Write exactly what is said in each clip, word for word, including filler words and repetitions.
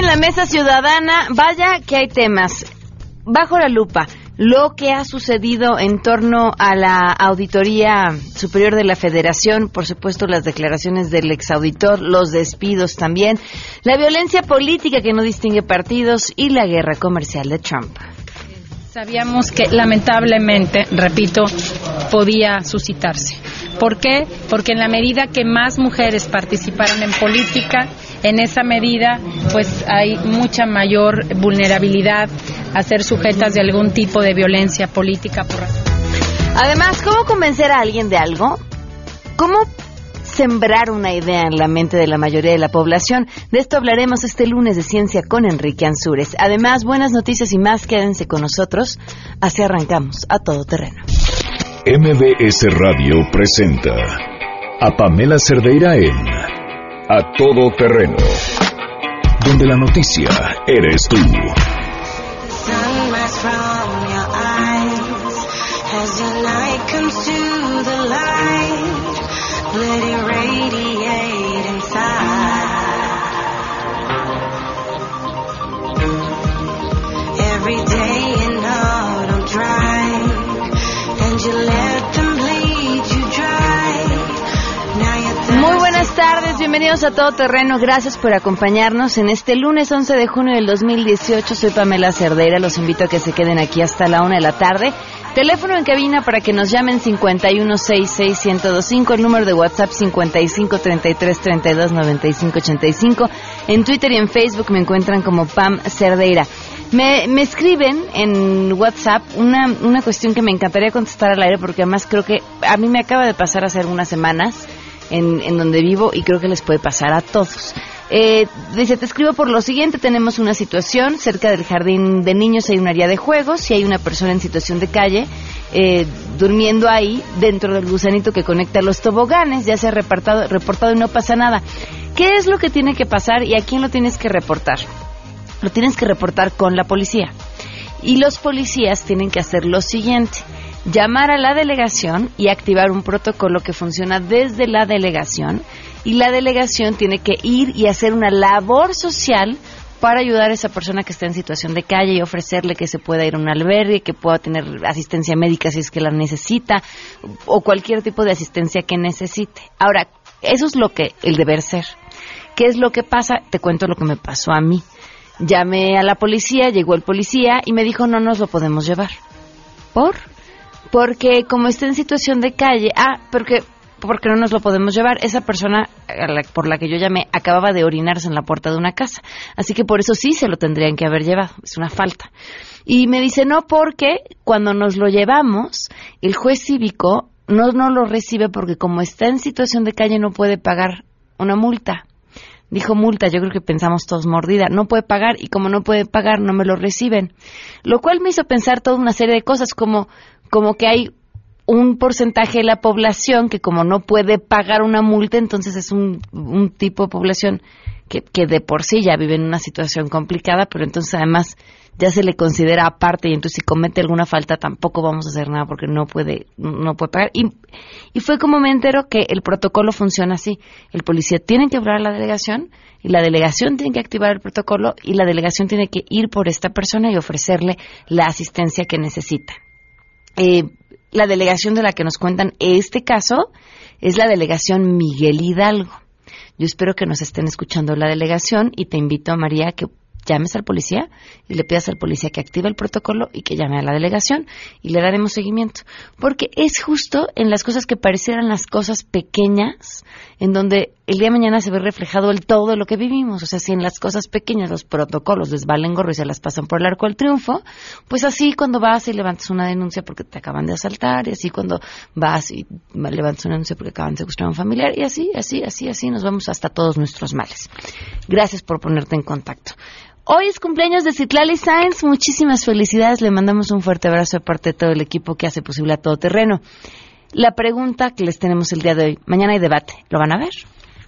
la Mesa Ciudadana. Vaya que hay temas bajo la lupa. Lo que ha sucedido en torno a la Auditoría Superior de la Federación, por supuesto las declaraciones del exauditor, los despidos también, la violencia política que no distingue partidos y la guerra comercial de Trump. Sabíamos que lamentablemente, repito, podía suscitarse. ¿Por qué? Porque en la medida que más mujeres participaron en política, en esa medida pues hay mucha mayor vulnerabilidad a ser sujetas de algún tipo de violencia política. Por... Además, ¿cómo convencer a alguien de algo? ¿Cómo sembrar una idea en la mente de la mayoría de la población? De esto hablaremos este lunes de Ciencia con Enrique Ansúrez. Además, buenas noticias y más, quédense con nosotros. Así arrancamos A Todo Terreno. M B S Radio presenta a Pamela Cerdeira en A Todo Terreno, donde la noticia eres tú. Muy buenas tardes, bienvenidos a Todo Terreno, gracias por acompañarnos en este lunes once de junio del dos mil dieciocho. Soy Pamela Cerdeira, los invito a que se queden aquí hasta la una de la tarde. Teléfono en cabina para que nos llamen cincuenta y uno sesenta y seis, ciento veinticinco, el número de WhatsApp cincuenta y cinco, treinta y tres, treinta y dos, noventa y cinco, ochenta y cinco. En Twitter y en Facebook me encuentran como Pam Cerdeira. Me, me escriben en WhatsApp una, una cuestión que me encantaría contestar al aire, porque además creo que a mí me acaba de pasar hace algunas semanas en, en donde vivo y creo que les puede pasar a todos. Eh, dice, te escribo por lo siguiente: tenemos una situación cerca del jardín de niños, hay un área de juegos y hay una persona en situación de calle eh, durmiendo ahí dentro del gusanito que conecta los toboganes. Ya se ha reportado, reportado y no pasa nada. ¿Qué es lo que tiene que pasar y a quién lo tienes que reportar? Lo tienes que reportar con la policía. Y los policías tienen que hacer lo siguiente: llamar a la delegación y activar un protocolo que funciona desde la delegación, y la delegación tiene que ir y hacer una labor social para ayudar a esa persona que está en situación de calle y ofrecerle que se pueda ir a un albergue, que pueda tener asistencia médica si es que la necesita, o cualquier tipo de asistencia que necesite. Ahora, eso es lo que el deber ser. ¿Qué es lo que pasa? Te cuento lo que me pasó a mí. Llamé a la policía, llegó el policía y me dijo, no nos lo podemos llevar. ¿Por? Porque como está en situación de calle, ah, porque, porque no nos lo podemos llevar. Esa persona a la, por la que yo llamé acababa de orinarse en la puerta de una casa, así que por eso sí se lo tendrían que haber llevado, es una falta. Y me dice, no, porque cuando nos lo llevamos, el juez cívico no, no lo recibe porque como está en situación de calle no puede pagar una multa. Dijo multa, yo creo que pensamos todos mordida, no puede pagar y como no puede pagar no me lo reciben. Lo cual me hizo pensar toda una serie de cosas, como, como que hay un porcentaje de la población que como no puede pagar una multa, entonces es un, un tipo de población que, que de por sí ya vive en una situación complicada, pero entonces además ya se le considera aparte y entonces si comete alguna falta tampoco vamos a hacer nada porque no puede no puede pagar. Y, y fue como me entero que el protocolo funciona así. El policía tiene que hablar a la delegación y la delegación tiene que activar el protocolo y la delegación tiene que ir por esta persona y ofrecerle la asistencia que necesita. Eh, la delegación de la que nos cuentan este caso es la delegación Miguel Hidalgo. Yo espero que nos estén escuchando la delegación y te invito, María, que llames al policía y le pidas al policía que active el protocolo y que llame a la delegación y le daremos seguimiento. Porque es justo en las cosas que parecieran las cosas pequeñas en donde el día de mañana se ve reflejado el todo de lo que vivimos. O sea, si en las cosas pequeñas los protocolos les valen gorro y se las pasan por el arco del triunfo, pues así cuando vas y levantas una denuncia porque te acaban de asaltar, y así cuando vas y levantas una denuncia porque acaban de secuestrar a un familiar, y así, así, así, así nos vamos hasta todos nuestros males. Gracias por ponerte en contacto. Hoy es cumpleaños de Citlali Sáenz, muchísimas felicidades, le mandamos un fuerte abrazo de parte de todo el equipo que hace posible A Todo Terreno. La pregunta que les tenemos el día de hoy, mañana hay debate, ¿lo van a ver?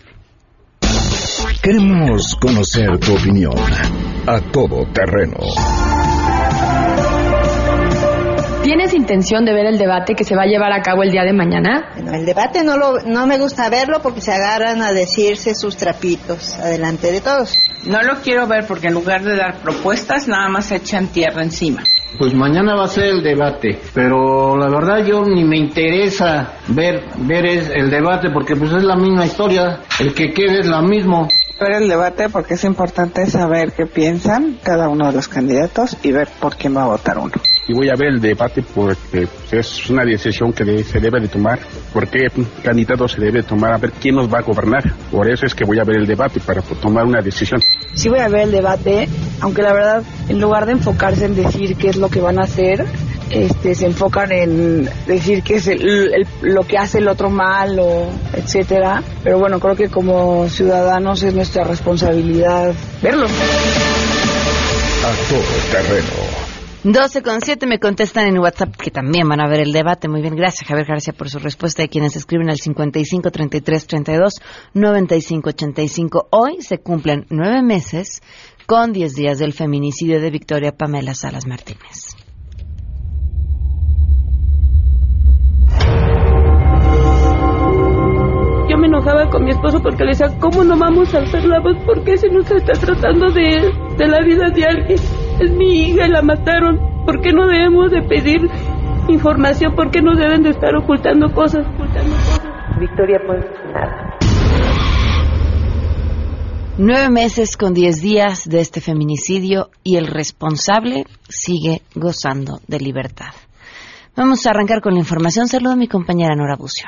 Queremos conocer tu opinión. A Todo Terreno. ¿Tienes intención de ver el debate que se va a llevar a cabo el día de mañana? Bueno, el debate no lo, no me gusta verlo porque se agarran a decirse sus trapitos adelante de todos. No lo quiero ver porque en lugar de dar propuestas, nada más echan tierra encima. Pues mañana va a ser el debate, pero la verdad yo ni me interesa ver ver es el debate porque pues es la misma historia, el que quede es la mismo. Ver el debate porque es importante saber qué piensan cada uno de los candidatos y ver por quién va a votar uno. Y voy a ver el debate porque es una decisión que de, se debe de tomar, por qué candidato se debe tomar, a ver quién nos va a gobernar. Por eso es que voy a ver el debate, para tomar una decisión. Sí voy a ver el debate, aunque la verdad, en lugar de enfocarse en decir qué es lo que van a hacer, este, se enfocan en decir qué es el, el, lo que hace el otro mal, o etcétera. Pero bueno, creo que como ciudadanos es nuestra responsabilidad verlo. A todo terreno. doce con siete me contestan en WhatsApp que también van a ver el debate. Muy bien, gracias Javier García por su respuesta. Y quienes escriben al cincuenta y cinco, treinta y tres, treinta y dos, noventa y cinco, ochenta y cinco. Hoy se cumplen nueve meses con diez días del feminicidio de Victoria Pamela Salas Martínez. Yo me enojaba con mi esposo porque le decía, ¿cómo no vamos a alzar la voz? ¿Por qué se nos está tratando de, de la vida de alguien? Es mi hija y la mataron. ¿Por qué no debemos de pedir información? ¿Por qué no deben de estar ocultando cosas? Ocultando cosas? Victoria, pues nada. Nueve meses con diez días de este feminicidio y el responsable sigue gozando de libertad. Vamos a arrancar con la información. Saludo a mi compañera Nora Bucio.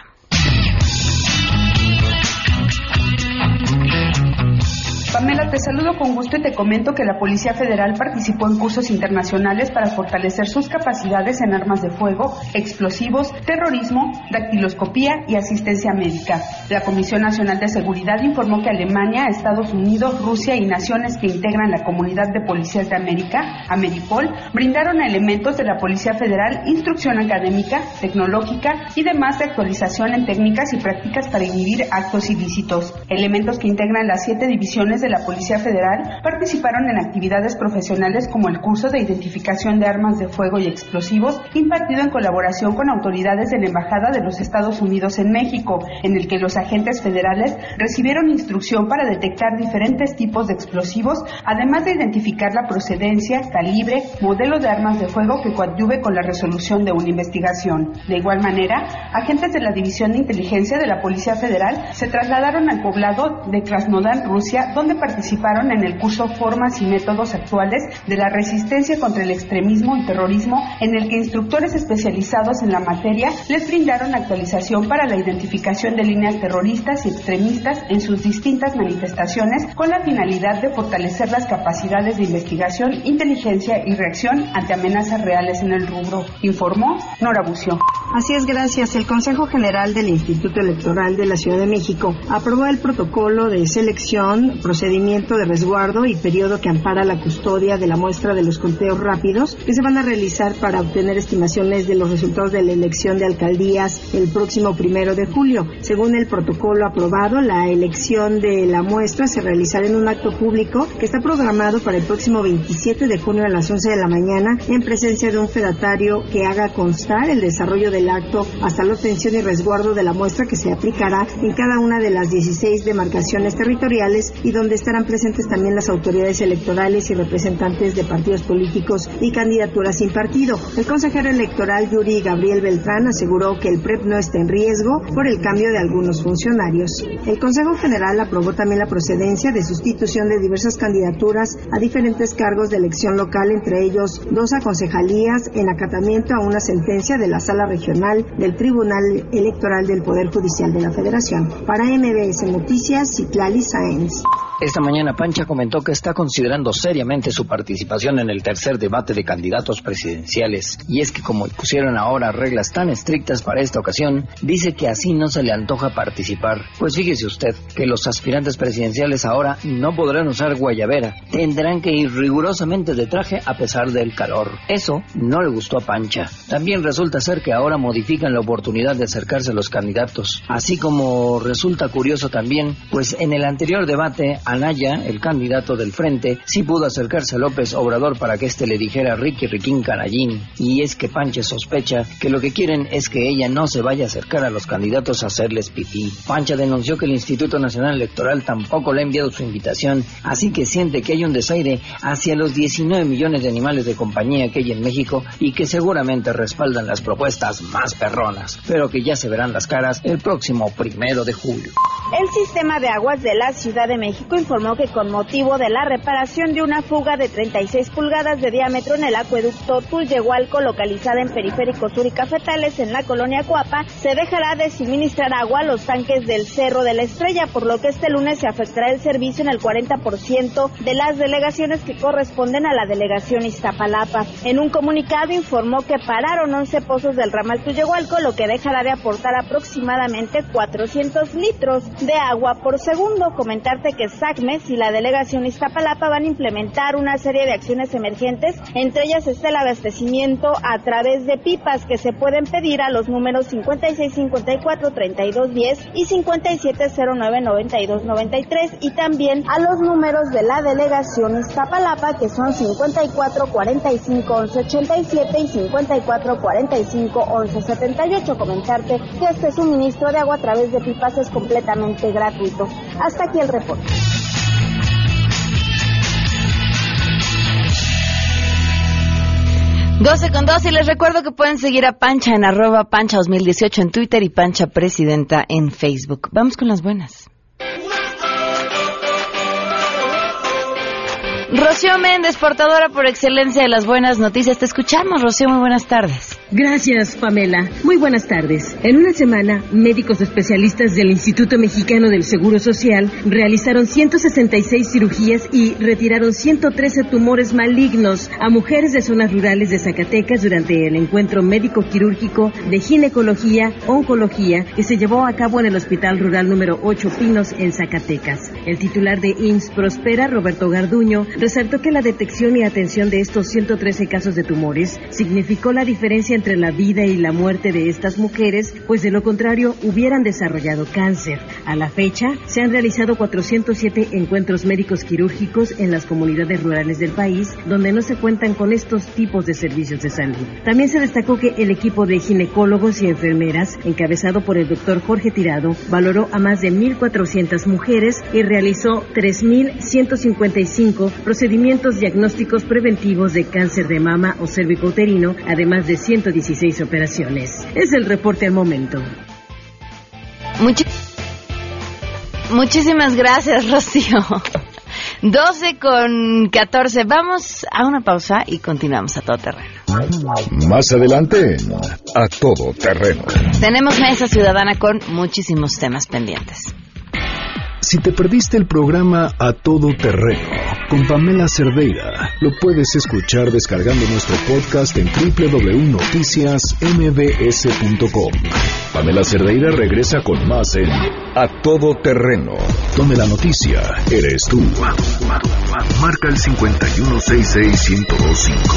Pamela, te saludo con gusto y te comento que la Policía Federal participó en cursos internacionales para fortalecer sus capacidades en armas de fuego, explosivos, terrorismo, dactiloscopía y asistencia médica. La Comisión Nacional de Seguridad informó que Alemania, Estados Unidos, Rusia y naciones que integran la Comunidad de Policías de América, Ameripol, brindaron a elementos de la Policía Federal instrucción académica, tecnológica y demás de actualización en técnicas y prácticas para inhibir actos ilícitos. Elementos que integran las siete divisiones de la Policía Federal participaron en actividades profesionales como el curso de identificación de armas de fuego y explosivos impartido en colaboración con autoridades de la Embajada de los Estados Unidos en México, en el que los agentes federales recibieron instrucción para detectar diferentes tipos de explosivos, además de identificar la procedencia, calibre, modelo de armas de fuego que coadyuve con la resolución de una investigación. De igual manera, agentes de la División de Inteligencia de la Policía Federal se trasladaron al poblado de Krasnodar, Rusia, donde participaron en el curso Formas y Métodos Actuales de la Resistencia contra el Extremismo y Terrorismo, en el que instructores especializados en la materia les brindaron actualización para la identificación de líneas terroristas y extremistas en sus distintas manifestaciones, con la finalidad de fortalecer las capacidades de investigación, inteligencia y reacción ante amenazas reales en el rubro, informó Nora Bucio. Así es, gracias. El Consejo General del Instituto Electoral de la Ciudad de México aprobó el protocolo de selección, procedimiento de resguardo y periodo que ampara la custodia de la muestra de los conteos rápidos que se van a realizar para obtener estimaciones de los resultados de la elección de alcaldías el próximo primero de julio. Según el protocolo aprobado, la elección de la muestra se realizará en un acto público que está programado para el próximo veintisiete de junio a las once de la mañana en presencia de un fedatario que haga constar el desarrollo del acto hasta la obtención y resguardo de la muestra, que se aplicará en cada una de las dieciséis demarcaciones territoriales y donde estarán presentes también las autoridades electorales y representantes de partidos políticos y candidaturas sin partido. El consejero electoral Yuri Gabriel Beltrán aseguró que el P R E P no está en riesgo por el cambio de algunos funcionarios. El Consejo General aprobó también la procedencia de sustitución de diversas candidaturas a diferentes cargos de elección local, entre ellos dos a concejalías en acatamiento a una sentencia de la Sala Regional del Tribunal Electoral del Poder Judicial de la Federación. Para M B S Noticias, Citlali Sáenz. Esta mañana Pancha comentó que está considerando seriamente su participación en el tercer debate de candidatos presidenciales, y es que como pusieron ahora reglas tan estrictas para esta ocasión, dice que así no se le antoja participar. Pues fíjese usted que los aspirantes presidenciales ahora no podrán usar guayabera, tendrán que ir rigurosamente de traje a pesar del calor. Eso no le gustó a Pancha. También resulta ser que ahora modifican la oportunidad de acercarse a los candidatos, así como resulta curioso también, pues en el anterior debate Anaya, el candidato del Frente, sí pudo acercarse a López Obrador para que éste le dijera Ricky Riquín Canallín. Y es que Pancha sospecha que lo que quieren es que ella no se vaya a acercar a los candidatos a hacerles pipí. Pancha denunció que el Instituto Nacional Electoral tampoco le ha enviado su invitación, así que siente que hay un desaire hacia los diecinueve millones de animales de compañía que hay en México y que seguramente respaldan las propuestas más perronas, pero que ya se verán las caras el próximo primero de julio. El Sistema de Aguas de la Ciudad de México informó que con motivo de la reparación de una fuga de treinta y seis pulgadas de diámetro en el acueducto Tulyehualco, localizada en Periférico Sur y Cafetales, en la colonia Coapa, se dejará de suministrar agua a los tanques del Cerro de la Estrella, por lo que este lunes se afectará el servicio en el cuarenta por ciento de las delegaciones que corresponden a la delegación Iztapalapa. En un comunicado informó que pararon once pozos del ramal Tulyehualco, lo que dejará de aportar aproximadamente cuatrocientos litros de agua por segundo. Comentarte que SACMES y la delegación Iztapalapa van a implementar una serie de acciones emergentes, entre ellas está el abastecimiento a través de pipas que se pueden pedir a los números cincuenta y seis cincuenta y cuatro treinta y dos diez y cincuenta y siete cero nueve noventa y dos noventa y tres, y también a los números de la delegación Iztapalapa, que son cincuenta y cuatro cuarenta y cinco once ochenta y siete y cincuenta y cuatro cuarenta y cinco once setenta y ocho. Comentarte que este suministro de agua a través de pipas es completamente gratuito. Hasta aquí el reporte. doce con dos, y les recuerdo que pueden seguir a Pancha en arroba Pancha dos mil dieciocho en Twitter y Pancha Presidenta en Facebook. Vamos con las buenas. Rocío Méndez, portadora por excelencia de las buenas noticias. Te escuchamos, Rocío, muy buenas tardes. Gracias, Pamela. Muy buenas tardes. En una semana, médicos especialistas del Instituto Mexicano del Seguro Social realizaron ciento sesenta y seis cirugías y retiraron ciento trece tumores malignos a mujeres de zonas rurales de Zacatecas durante el encuentro médico-quirúrgico de ginecología-oncología que se llevó a cabo en el Hospital Rural número ocho Pinos en Zacatecas. El titular de I M S S Prospera, Roberto Garduño, resaltó que la detección y atención de estos ciento trece casos de tumores significó la diferencia entre la vida y la muerte de estas mujeres, pues de lo contrario hubieran desarrollado cáncer. A la fecha, se han realizado cuatrocientos siete encuentros médicos quirúrgicos en las comunidades rurales del país, donde no se cuentan con estos tipos de servicios de salud. También se destacó que el equipo de ginecólogos y enfermeras, encabezado por el doctor Jorge Tirado, valoró a más de mil cuatrocientas mujeres y realizó tres mil ciento cincuenta y cinco procedimientos diagnósticos preventivos de cáncer de mama o cervicouterino, además de ciento dieciséis operaciones. Es el reporte al momento. Muchi- Muchísimas gracias, Rocío. doce con catorce. Vamos a una pausa y continuamos a todo terreno. Más adelante, a todo terreno. Tenemos Mesa Ciudadana con muchísimos temas pendientes. Si te perdiste el programa A Todo Terreno con Pamela Cerdeira, lo puedes escuchar descargando nuestro podcast en doble u doble u doble u punto noticias m b s punto com. Pamela Cerdeira regresa con más en A Todo Terreno, donde la noticia eres tú. Marca el cincuenta y uno sesenta y seis, ciento veinticinco.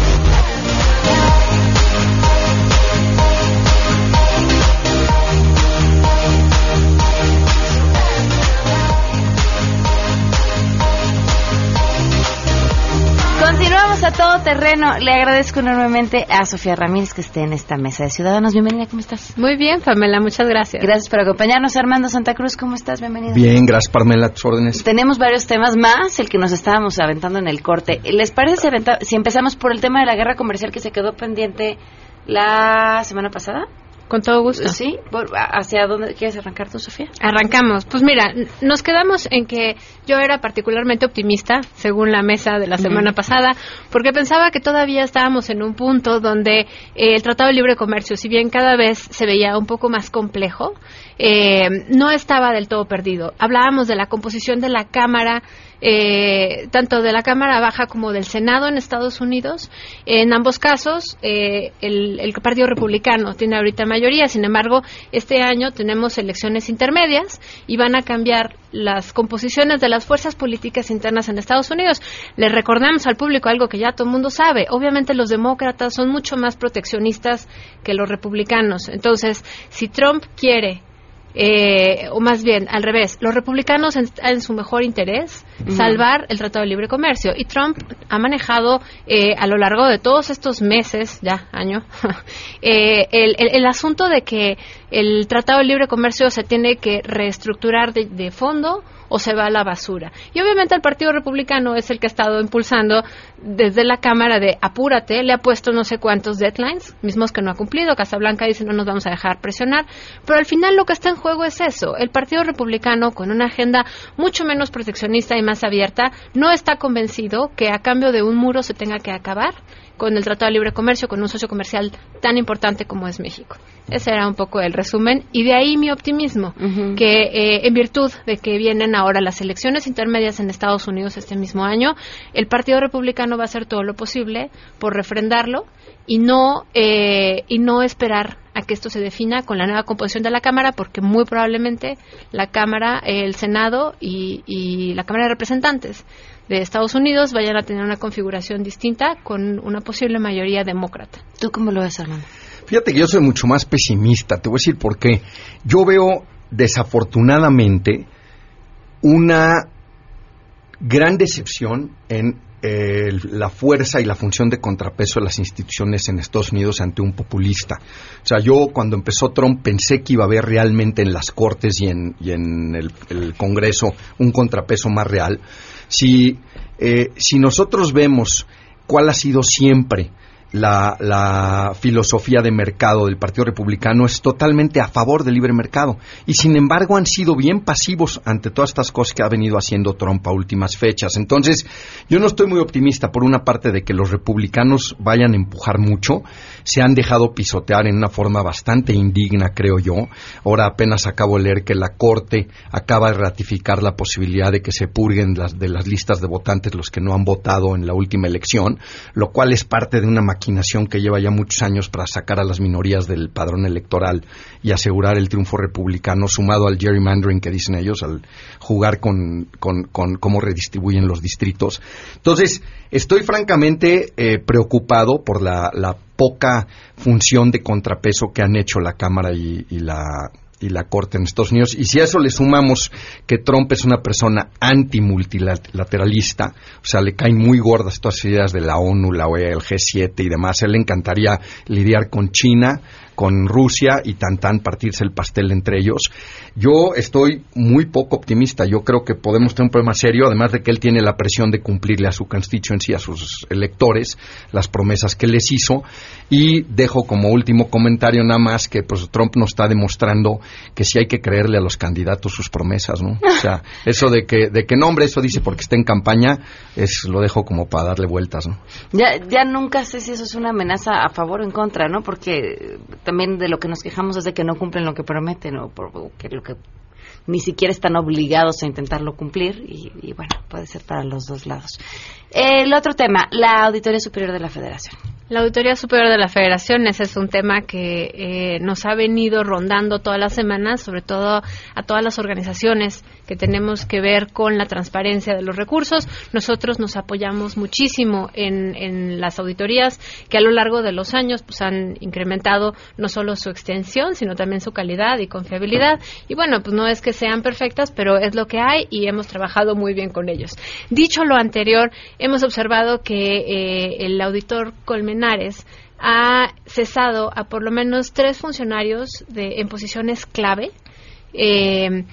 Continuamos a todo terreno. Le agradezco enormemente a Sofía Ramírez que esté en esta mesa de ciudadanos. Bienvenida, ¿cómo estás? Muy bien, Pamela, muchas gracias. Gracias por acompañarnos. Armando Santa Cruz, ¿cómo estás? Bienvenido. Bien, gracias, Pamela, tus órdenes. Tenemos varios temas más, el que nos estábamos aventando en el corte. ¿Les parece si, aventa- si empezamos por el tema de la guerra comercial que se quedó pendiente la semana pasada? Con todo gusto. Sí, ¿hacia dónde quieres arrancar tú, Sofía? Arrancamos. Pues mira, nos quedamos en que yo era particularmente optimista, según la mesa de la semana mm. pasada, porque pensaba que todavía estábamos en un punto donde eh, el Tratado de Libre Comercio, si bien cada vez se veía un poco más complejo, eh, no estaba del todo perdido. Hablábamos de la composición de la Cámara, Eh, tanto de la Cámara Baja como del Senado en Estados Unidos. En ambos casos, eh, el, el Partido Republicano tiene ahorita mayoría. Sin embargo, este año tenemos elecciones intermedias y van a cambiar las composiciones de las fuerzas políticas internas en Estados Unidos. Les recordamos al público algo que ya todo el mundo sabe. Obviamente los demócratas son mucho más proteccionistas que los republicanos. Entonces, si Trump quiere Eh, o más bien, al revés, los republicanos en, en su mejor interés uh-huh. salvar el Tratado de Libre Comercio, y Trump ha manejado eh, a lo largo de todos estos meses, ya año, eh, el, el, el asunto de que el Tratado de Libre Comercio se tiene que reestructurar de, de fondo o se va a la basura. Y obviamente el Partido Republicano es el que ha estado impulsando desde la Cámara de apúrate, le ha puesto no sé cuántos deadlines, mismos que no ha cumplido. Casablanca dice no nos vamos a dejar presionar, pero al final lo que está en juego es eso. El Partido Republicano, con una agenda mucho menos proteccionista y más abierta, no está convencido que a cambio de un muro se tenga que acabar con el Tratado de Libre Comercio, con un socio comercial tan importante como es México. Ese era un poco el resumen, y de ahí mi optimismo, uh-huh. que eh, en virtud de que vienen ahora las elecciones intermedias en Estados Unidos este mismo año, el Partido Republicano va a hacer todo lo posible por refrendarlo y no eh, y no esperar a que esto se defina con la nueva composición de la Cámara, porque muy probablemente la Cámara, el Senado y, y la Cámara de Representantes de Estados Unidos vayan a tener una configuración distinta con una posible mayoría demócrata. ¿Tú cómo lo ves, Armando? Fíjate que yo soy mucho más pesimista. Te voy a decir por qué. Yo veo, desafortunadamente, una gran decepción en eh, la fuerza y la función de contrapeso de las instituciones en Estados Unidos ante un populista. O sea, yo cuando empezó Trump pensé que iba a haber realmente en las Cortes y en, y en el, el Congreso un contrapeso más real. Si, eh, si nosotros vemos cuál ha sido siempre La, la filosofía de mercado del Partido Republicano, es totalmente a favor del libre mercado, y sin embargo han sido bien pasivos ante todas estas cosas que ha venido haciendo Trump a últimas fechas. Entonces yo no estoy muy optimista, por una parte, de que los republicanos vayan a empujar mucho. Se han dejado pisotear en una forma bastante indigna, creo yo. Ahora apenas acabo de leer que la Corte acaba de ratificar la posibilidad de que se purguen las, de las listas de votantes los que no han votado en la última elección, lo cual es parte de una maquinaria que lleva ya muchos años para sacar a las minorías del padrón electoral y asegurar el triunfo republicano, sumado al gerrymandering que dicen ellos, al jugar con, con, con cómo redistribuyen los distritos. Entonces, estoy francamente eh, preocupado por la, la poca función de contrapeso que han hecho la Cámara y, y la y la Corte en Estados Unidos. Y si a eso le sumamos que Trump es una persona antimultilateralista, o sea, le caen muy gordas todas las ideas de la ONU, la O E A, el G siete y demás, a él le encantaría lidiar con China, con Rusia y tan tan partirse el pastel entre ellos. Yo estoy muy poco optimista. Yo creo que podemos tener un problema serio, además de que él tiene la presión de cumplirle a su constituency, a sus electores, las promesas que les hizo. Y dejo como último comentario nada más que pues Trump nos está demostrando que sí hay que creerle a los candidatos sus promesas, ¿no? O sea, eso de que de que no, hombre, eso dice porque está en campaña, es lo dejo como para darle vueltas, ¿no? Ya ya nunca sé si eso es una amenaza a favor o en contra, ¿no? Porque también de lo que nos quejamos es de que no cumplen lo que prometen, o que lo que ni siquiera están obligados a intentarlo cumplir, y, y bueno, puede ser para los dos lados. El otro tema, la Auditoría Superior de la Federación. La Auditoría Superior de la Federación, ese es un tema que eh, nos ha venido rondando todas las semanas, sobre todo a todas las organizaciones que tenemos que ver con la transparencia de los recursos. Nosotros nos apoyamos muchísimo en, en las auditorías que a lo largo de los años pues han incrementado no solo su extensión, sino también su calidad y confiabilidad. Y bueno, pues no es que sean perfectas, pero es lo que hay y hemos trabajado muy bien con ellos. Dicho lo anterior, hemos observado que eh, el auditor Colmenares ha cesado a por lo menos tres funcionarios de, en posiciones clave, eh,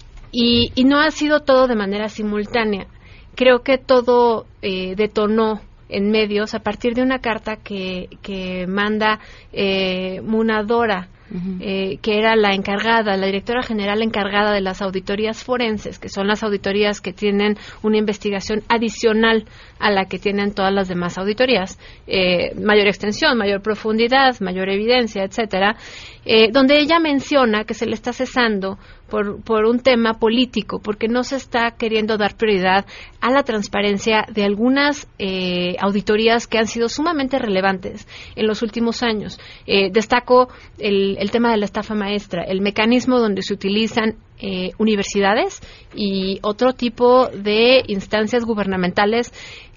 y, y no ha sido todo de manera simultánea. Creo que todo eh, detonó en medios a partir de una carta que, que manda eh, Munadora, Uh-huh. Eh, que era la encargada, la directora general encargada de las auditorías forenses, que son las auditorías que tienen una investigación adicional a la que tienen todas las demás auditorías, eh, mayor extensión, mayor profundidad, mayor evidencia, etcétera, eh, donde ella menciona que se le está cesando por, por un tema político, porque no se está queriendo dar prioridad a la transparencia de algunas eh, auditorías que han sido sumamente relevantes en los últimos años. Eh, destaco el, el tema de la estafa maestra, el mecanismo donde se utilizan eh, universidades y otro tipo de instancias gubernamentales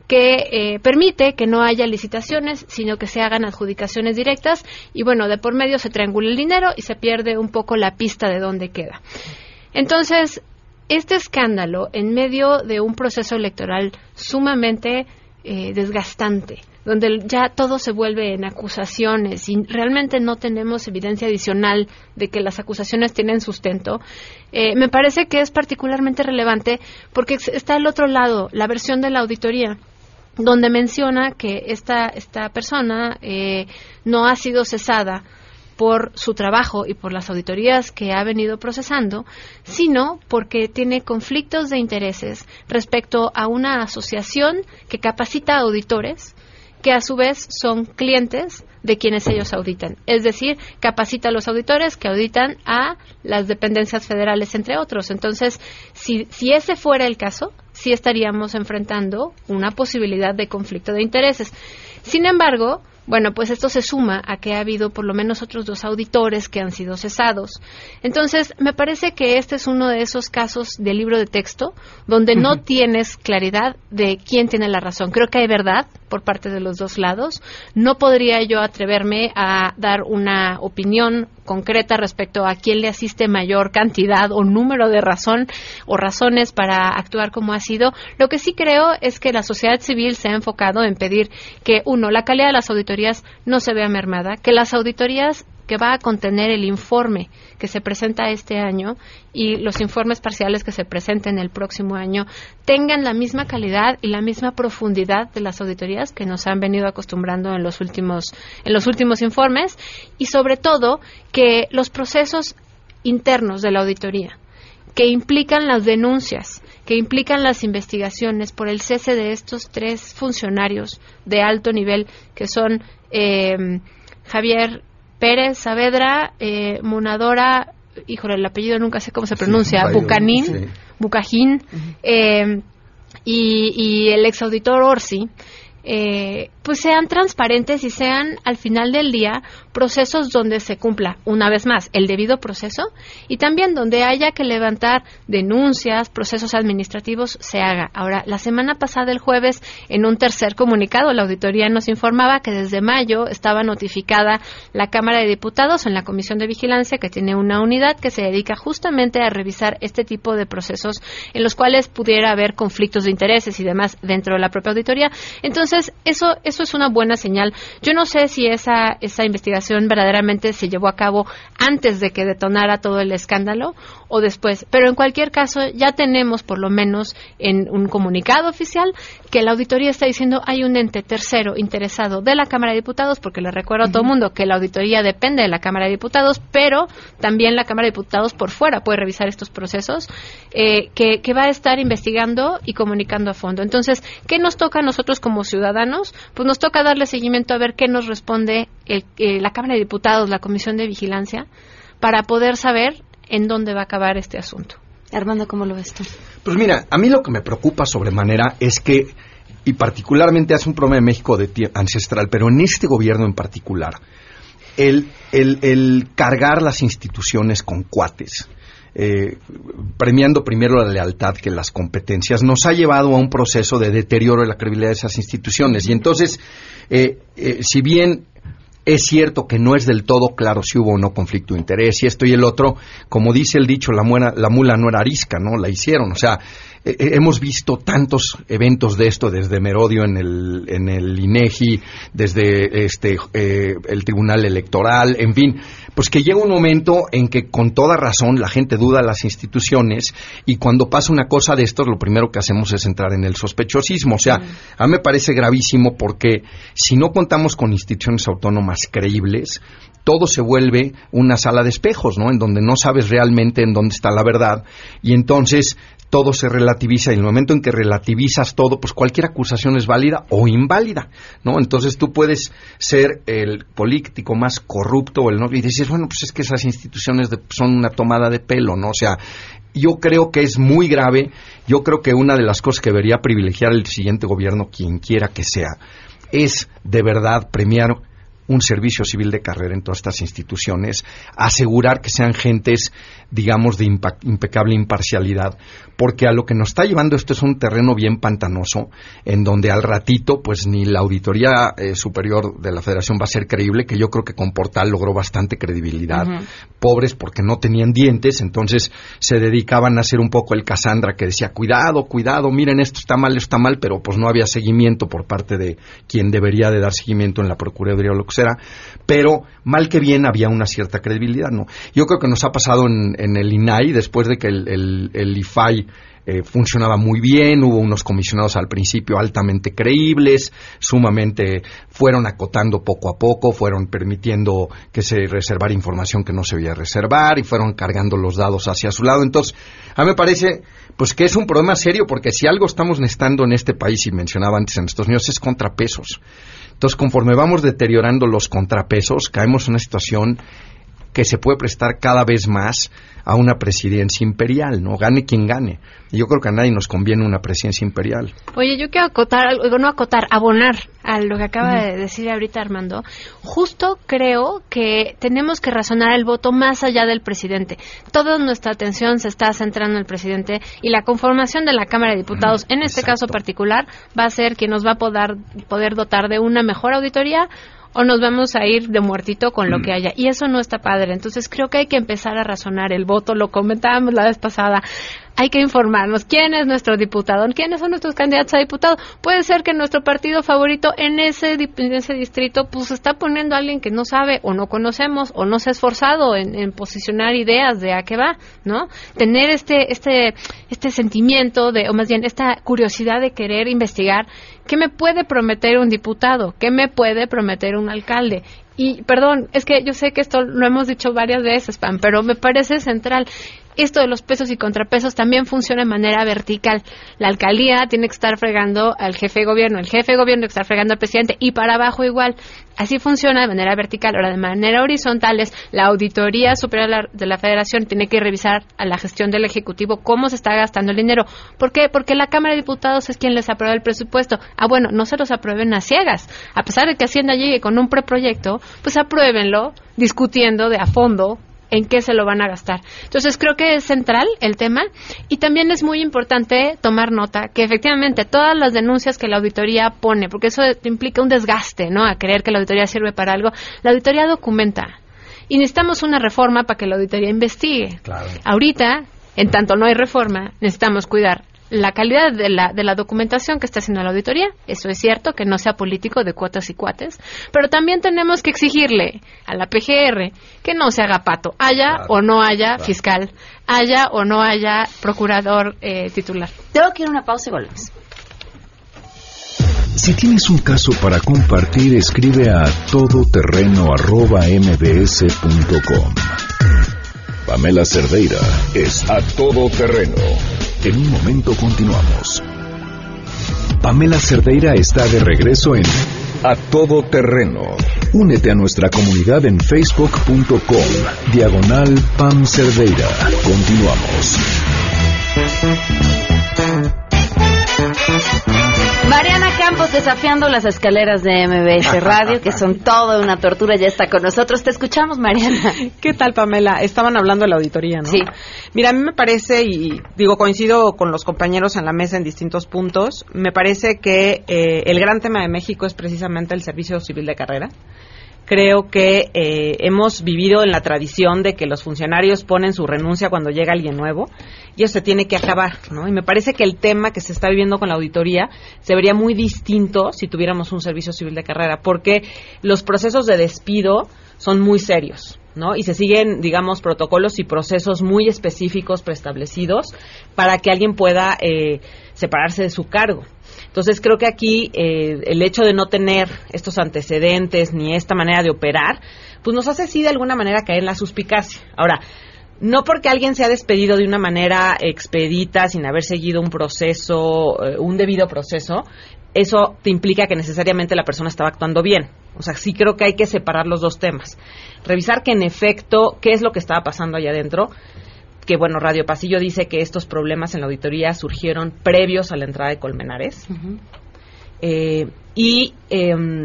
que eh, permite que no haya licitaciones, sino que se hagan adjudicaciones directas y bueno, de por medio se triangula el dinero y se pierde un poco la pista de dónde queda. Entonces, este escándalo en medio de un proceso electoral sumamente eh, desgastante, donde ya todo se vuelve en acusaciones y realmente no tenemos evidencia adicional de que las acusaciones tienen sustento, eh, me parece que es particularmente relevante porque está al otro lado la versión de la auditoría, donde menciona que esta, esta persona eh, no ha sido cesada por su trabajo y por las auditorías que ha venido procesando, sino porque tiene conflictos de intereses respecto a una asociación que capacita a auditores que a su vez son clientes de quienes ellos auditan. Es decir, capacita a los auditores que auditan a las dependencias federales, entre otros. Entonces, si, si ese fuera el caso, sí estaríamos enfrentando una posibilidad de conflicto de intereses. Sin embargo, bueno, pues esto se suma a que ha habido por lo menos otros dos auditores que han sido cesados. Entonces, me parece que este es uno de esos casos de libro de texto donde no tienes claridad de quién tiene la razón. Creo que hay verdad por parte de los dos lados. No podría yo atreverme a dar una opinión concreta respecto a quién le asiste mayor cantidad o número de razón o razones para actuar como ha sido. Lo que sí creo es que la sociedad civil se ha enfocado en pedir que, uno, la calidad de las auditorías no se vea mermada, que las auditorías que va a contener el informe que se presenta este año y los informes parciales que se presenten el próximo año tengan la misma calidad y la misma profundidad de las auditorías que nos han venido acostumbrando en los últimos en los últimos informes, y sobre todo que los procesos internos de la auditoría que implican las denuncias, que implican las investigaciones por el cese de estos tres funcionarios de alto nivel que son eh, Javier Pérez Saavedra, eh, Munadora, híjole, el apellido nunca sé cómo se pronuncia, sí, Bucanín, sí. Bucajín, uh-huh. eh, y, y el exauditor Orsi, eh, pues sean transparentes y sean al final del día procesos donde se cumpla, una vez más, el debido proceso, y también donde haya que levantar denuncias, procesos administrativos, se haga. Ahora, la semana pasada, el jueves, en un tercer comunicado, la auditoría nos informaba que desde mayo estaba notificada la Cámara de Diputados en la Comisión de Vigilancia, que tiene una unidad que se dedica justamente a revisar este tipo de procesos en los cuales pudiera haber conflictos de intereses y demás dentro de la propia auditoría. Entonces, eso, eso es una buena señal. Yo no sé si esa, esa investigación verdaderamente se llevó a cabo antes de que detonara todo el escándalo o después, pero en cualquier caso ya tenemos por lo menos en un comunicado oficial que la auditoría está diciendo hay un ente tercero interesado de la Cámara de Diputados, porque le recuerdo uh-huh. a todo el mundo que la auditoría depende de la Cámara de Diputados, pero también la Cámara de Diputados por fuera puede revisar estos procesos, eh, que, que va a estar investigando y comunicando a fondo. Entonces, ¿qué nos toca a nosotros como ciudadanos? Pues nos toca darle seguimiento a ver qué nos responde el, eh, la Cámara de Diputados, la Comisión de Vigilancia, para poder saber en dónde va a acabar este asunto. Armando, ¿cómo lo ves tú? Pues mira, a mí lo que me preocupa sobremanera es que, y particularmente hace un problema de México de tie- ancestral, pero en este gobierno en particular, el, el, el cargar las instituciones con cuates, eh, premiando primero la lealtad que las competencias, nos ha llevado a un proceso de deterioro de la credibilidad de esas instituciones. Y entonces, eh, eh, si bien es cierto que no es del todo claro si hubo o no conflicto de interés y esto y el otro, como dice el dicho, la, muera, la mula no era arisca, ¿no? La hicieron, o sea, eh, hemos visto tantos eventos de esto desde Merodio en el en el INEGI, desde este eh, el Tribunal Electoral, en fin, pues que llega un momento en que con toda razón la gente duda de las instituciones y cuando pasa una cosa de esto lo primero que hacemos es entrar en el sospechosismo, o sea, a mí me parece gravísimo porque si no contamos con instituciones autónomas creíbles, todo se vuelve una sala de espejos, ¿no? En donde no sabes realmente en dónde está la verdad y entonces todo se relativiza y en el momento en que relativizas todo, pues cualquier acusación es válida o inválida, ¿no? Entonces tú puedes ser el político más corrupto o el no y dices, bueno, pues es que esas instituciones de, son una tomada de pelo, ¿no? O sea, yo creo que es muy grave, yo creo que una de las cosas que debería privilegiar el siguiente gobierno, quien quiera que sea, es de verdad premiar un servicio civil de carrera en todas estas instituciones, asegurar que sean gentes digamos, de impa- impecable imparcialidad, porque a lo que nos está llevando esto es un terreno bien pantanoso, en donde al ratito, pues ni la Auditoría eh, Superior de la Federación va a ser creíble, que yo creo que con Portal logró bastante credibilidad. Uh-huh. Pobres porque no tenían dientes, entonces se dedicaban a hacer un poco el Cassandra que decía, cuidado, cuidado, miren, esto está mal, esto está mal, pero pues no había seguimiento por parte de quien debería de dar seguimiento en la Procuraduría o lo que sea, pero mal que bien había una cierta credibilidad, ¿no? Yo creo que nos ha pasado en, en el I N A I, después de que el, el, el I F A I Eh, funcionaba muy bien, hubo unos comisionados al principio altamente creíbles, sumamente fueron acotando poco a poco, fueron permitiendo que se reservara información que no se debía reservar y fueron cargando los dados hacia su lado. Entonces, a mí me parece pues que es un problema serio, porque si algo estamos necesitando en este país, y mencionaba antes en Estados Unidos, es contrapesos. Entonces, conforme vamos deteriorando los contrapesos, caemos en una situación que se puede prestar cada vez más a una presidencia imperial, ¿no? Gane quien gane. Y yo creo que a nadie nos conviene una presidencia imperial. Oye, yo quiero acotar, algo, no acotar, abonar a lo que acaba uh-huh. de decir ahorita Armando. Justo creo que tenemos que razonar el voto más allá del presidente. Toda nuestra atención se está centrando en el presidente, y la conformación de la Cámara de Diputados, uh-huh. en este Exacto. caso particular, va a ser quien nos va a poder, poder dotar de una mejor auditoría, o nos vamos a ir de muertito con lo mm. que haya. Y eso no está padre. Entonces creo que hay que empezar a razonar el voto. Lo comentábamos la vez pasada. Hay que informarnos quién es nuestro diputado, quiénes son nuestros candidatos a diputado. Puede ser que nuestro partido favorito en ese, en ese distrito pues está poniendo a alguien que no sabe o no conocemos o no se ha esforzado en, en posicionar ideas de a qué va, ¿no? Tener este este este sentimiento de, o más bien esta curiosidad de querer investigar qué me puede prometer un diputado, qué me puede prometer un alcalde. Y, perdón, es que yo sé que esto lo hemos dicho varias veces, Pam, pero me parece central. Esto de los pesos y contrapesos también funciona de manera vertical. La alcaldía tiene que estar fregando al jefe de gobierno, el jefe de gobierno tiene que estar fregando al presidente, y para abajo igual. Así funciona de manera vertical. Ahora, de manera horizontal, es la Auditoría Superior de la Federación tiene que revisar a la gestión del Ejecutivo cómo se está gastando el dinero. ¿Por qué? Porque la Cámara de Diputados es quien les aprueba el presupuesto. Ah, bueno, no se los aprueben a ciegas. A pesar de que Hacienda llegue con un preproyecto, pues apruébenlo discutiendo de a fondo en qué se lo van a gastar. Entonces creo que es central el tema, y también es muy importante tomar nota que efectivamente todas las denuncias que la auditoría pone, porque eso implica un desgaste, ¿no? A creer que la auditoría sirve para algo, la auditoría documenta, y necesitamos una reforma para que la auditoría investigue. Claro. Ahorita, en tanto no hay reforma, necesitamos cuidar la calidad de la, de la documentación que está haciendo la auditoría. Eso es cierto, que no sea político de cuotas y cuates, pero también tenemos que exigirle a la P G R que no se haga pato, haya claro, o no haya claro. fiscal, haya o no haya procurador eh, titular. Tengo que ir a una pausa y volvemos. Si tienes un caso para compartir, escribe a todoterreno arroba mbs punto com. Pamela Cerdeira es A Todo Terreno. En un momento continuamos. Pamela Cerdeira está de regreso en A Todo Terreno. Únete a nuestra comunidad en facebook punto com diagonal Pam Cerdeira. Continuamos. Mariana Campos, desafiando las escaleras de M B S Radio, que son toda una tortura, ya está con nosotros. Te escuchamos, Mariana. ¿Qué tal, Pamela? Estaban hablando de la auditoría, ¿no? Sí. Mira, a mí me parece, y digo, coincido con los compañeros en la mesa en distintos puntos, me parece que eh, el gran tema de México es precisamente el servicio civil de carrera. Creo que eh, hemos vivido en la tradición de que los funcionarios ponen su renuncia cuando llega alguien nuevo, y eso se tiene que acabar, ¿no? Y me parece que el tema que se está viviendo con la auditoría se vería muy distinto si tuviéramos un servicio civil de carrera, porque los procesos de despido son muy serios, ¿no? Y se siguen, digamos, protocolos y procesos muy específicos preestablecidos para que alguien pueda eh, separarse de su cargo. Entonces creo que aquí eh, el hecho de no tener estos antecedentes ni esta manera de operar, pues nos hace sí de alguna manera caer en la suspicacia. Ahora, no porque alguien se ha despedido de una manera expedita, sin haber seguido un proceso, eh, un debido proceso, eso te implica que necesariamente la persona estaba actuando bien. O sea, sí creo que hay que separar los dos temas. Revisar que en efecto, qué es lo que estaba pasando allá adentro. Que bueno, Radio Pasillo dice que estos problemas en la auditoría surgieron previos a la entrada de Colmenares. Uh-huh. Eh, y eh,